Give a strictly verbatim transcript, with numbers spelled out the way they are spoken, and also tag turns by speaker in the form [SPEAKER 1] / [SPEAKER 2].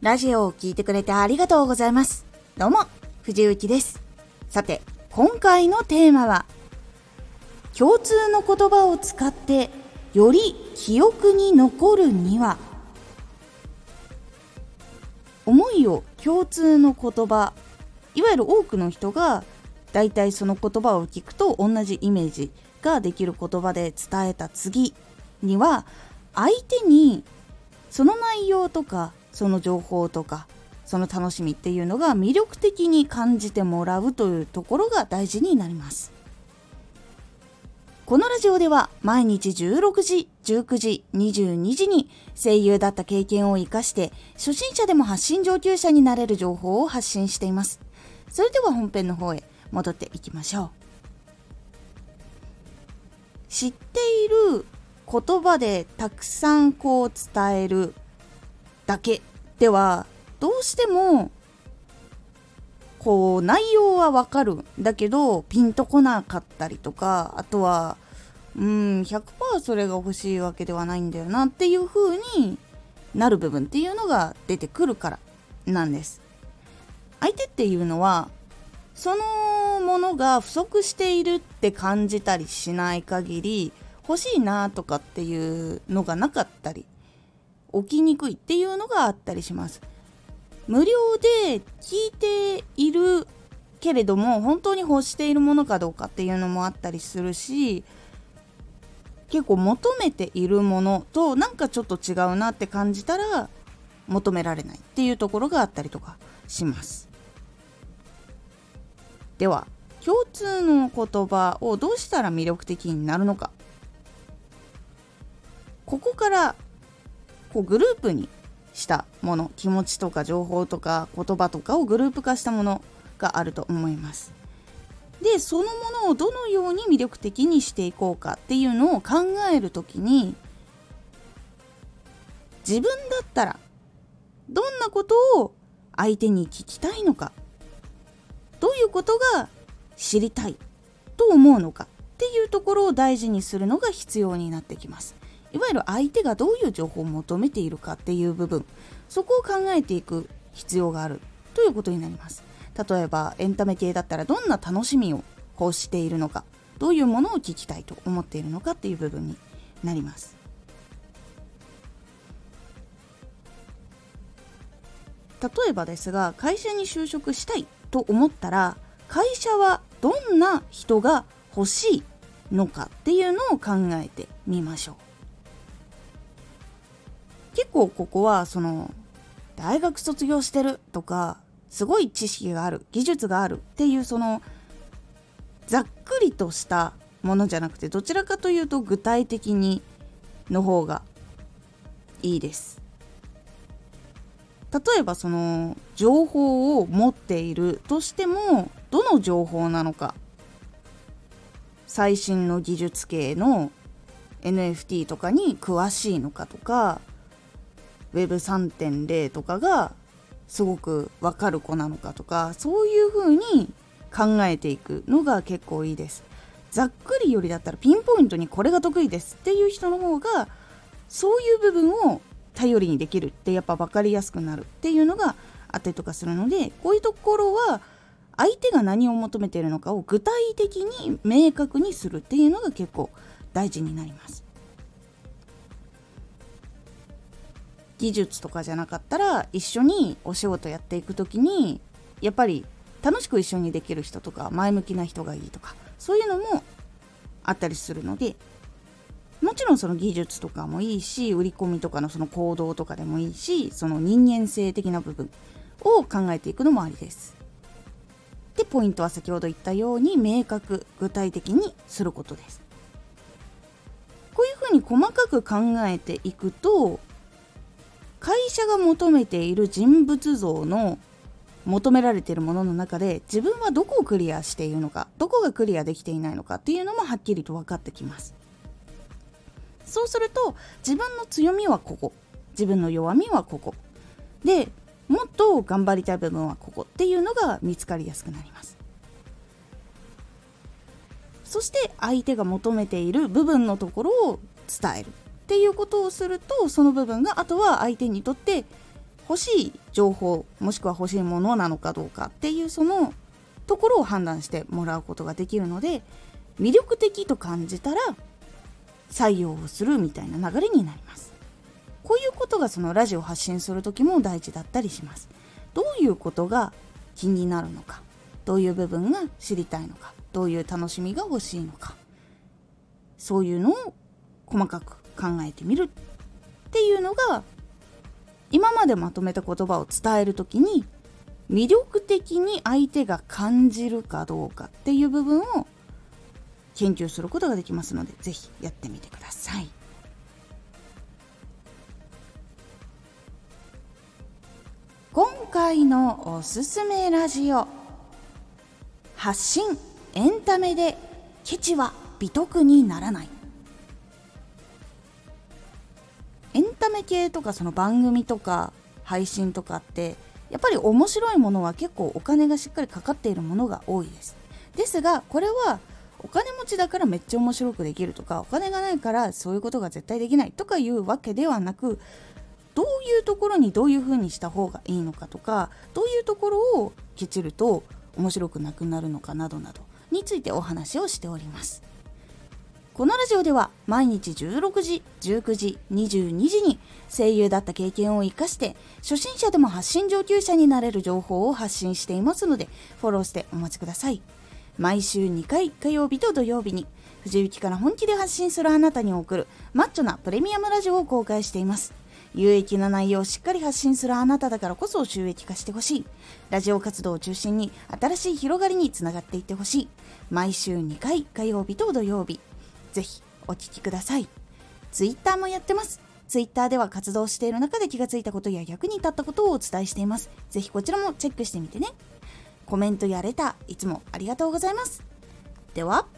[SPEAKER 1] ラジオを聞いてくれてありがとうございます。どうも、藤幸です。さて、今回のテーマは、共通の言葉を使ってより記憶に残るには。思いを共通の言葉、いわゆる多くの人がだいたいその言葉を聞くと同じイメージができる言葉で伝えた次には、相手にその内容とかその情報とかその楽しみっていうのが魅力的に感じてもらうというところが大事になります。このラジオでは毎日じゅうろくじ、じゅうくじ、にじゅうにじに声優だった経験を生かして初心者でも発信上級者になれる情報を発信しています。それでは本編の方へ戻っていきましょう。知っている言葉でたくさんこう伝えるだけではどうしてもこう内容はわかるんだけどピンとこなかったりとか、あとはうーん ひゃくパーセント それが欲しいわけではないんだよなっていう風になる部分っていうのが出てくるからなんです。相手っていうのはそのものが不足しているって感じたりしない限り、欲しいなとかっていうのがなかったり起きにくいっていうのがあったりします。無料で聞いているけれども本当に欲しているものかどうかっていうのもあったりするし、結構求めているものとなんかちょっと違うなって感じたら求められないっていうところがあったりとかします。では、共通の言葉をどうしたら魅力的になるのか。ここからこうグループにしたもの、気持ちとか情報とか言葉とかをグループ化したものがあると思います。で、そのものをどのように魅力的にしていこうかっていうのを考えるときに、自分だったらどんなことを相手に聞きたいのか、どういうことが知りたいと思うのかっていうところを大事にするのが必要になってきます。いわゆる相手がどういう情報を求めているかっていう部分、そこを考えていく必要があるということになります。例えばエンタメ系だったらどんな楽しみを欲しているのか、どういうものを聞きたいと思っているのかっていう部分になります。例えばですが、会社に就職したいと思ったら、会社はどんな人が欲しいのかっていうのを考えてみましょう。結構ここはその大学卒業してるとかすごい知識がある、技術があるっていうそのざっくりとしたものじゃなくて、どちらかというと具体的にの方がいいです。例えばその情報を持っているとしても、どの情報なのか、最新の技術系の エヌエフティー とかに詳しいのかとか、 ウェブさんてんゼロ とかがすごくわかる子なのかとか、そういう風に考えていくのが結構いいです。ざっくりよりだったらピンポイントにこれが得意ですっていう人の方が、そういう部分を頼りにできるってやっぱ分かりやすくなるっていうのがあったりとかするので、こういうところは相手が何を求めているのかを具体的に明確にするっていうのが結構大事になります。技術とかじゃなかったら一緒にお仕事やっていくときにやっぱり楽しく一緒にできる人とか前向きな人がいいとか、そういうのもあったりするので、もちろんその技術とかもいいし、売り込みとかのその行動とかでもいいし、その人間性的な部分を考えていくのもありです。で、ポイントは先ほど言ったように明確、具体的にすることです。こういうふうに細かく考えていくと、会社が求めている人物像の求められているものの中で、自分はどこをクリアしているのか、どこがクリアできていないのかっていうのもはっきりと分かってきます。そうすると自分の強みはここ、自分の弱みはここで、もっと頑張りたい部分はここっていうのが見つかりやすくなります。そして相手が求めている部分のところを伝えるっていうことをすると、その部分があとは相手にとって欲しい情報もしくは欲しいものなのかどうかっていうそのところを判断してもらうことができるので、魅力的と感じたら採用をするみたいな流れになります。こういうことがそのラジオを発信する時も大事だったりします。どういうことが気になるのか、どういう部分が知りたいのか、どういう楽しみが欲しいのか、そういうのを細かく考えてみるっていうのが、今までまとめた言葉を伝えるときに魅力的に相手が感じるかどうかっていう部分を研究することができますので、ぜひやってみてください。今回のおすすめラジオ、発信エンタメでケチは美徳にならない。エンタメ系とかその番組とか配信とかってやっぱり面白いものは結構お金がしっかりかかっているものが多いです。ですがこれはお金持ちだからめっちゃ面白くできるとか、お金がないからそういうことが絶対できないとかいうわけではなく、どういうところにどういう風にした方がいいのかとか、どういうところをケチると面白くなくなるのかなどなどについてお話をしております。このラジオでは毎日じゅうろくじ、じゅうくじ、にじゅうにじに声優だった経験を生かして初心者でも発信上級者になれる情報を発信していますので、フォローしてお待ちください。毎週にかい、火曜日と土曜日に藤雪から本気で発信するあなたに送るマッチョなプレミアムラジオを公開しています。有益な内容をしっかり発信するあなただからこそ収益化してほしい。ラジオ活動を中心に新しい広がりにつながっていってほしい。毎週にかい、火曜日と土曜日、ぜひお聞きください。ツイッターもやってます。ツイッターでは活動している中で気がついたことや役に立ったことをお伝えしています。ぜひこちらもチェックしてみてね。コメントやレターいつもありがとうございます。では。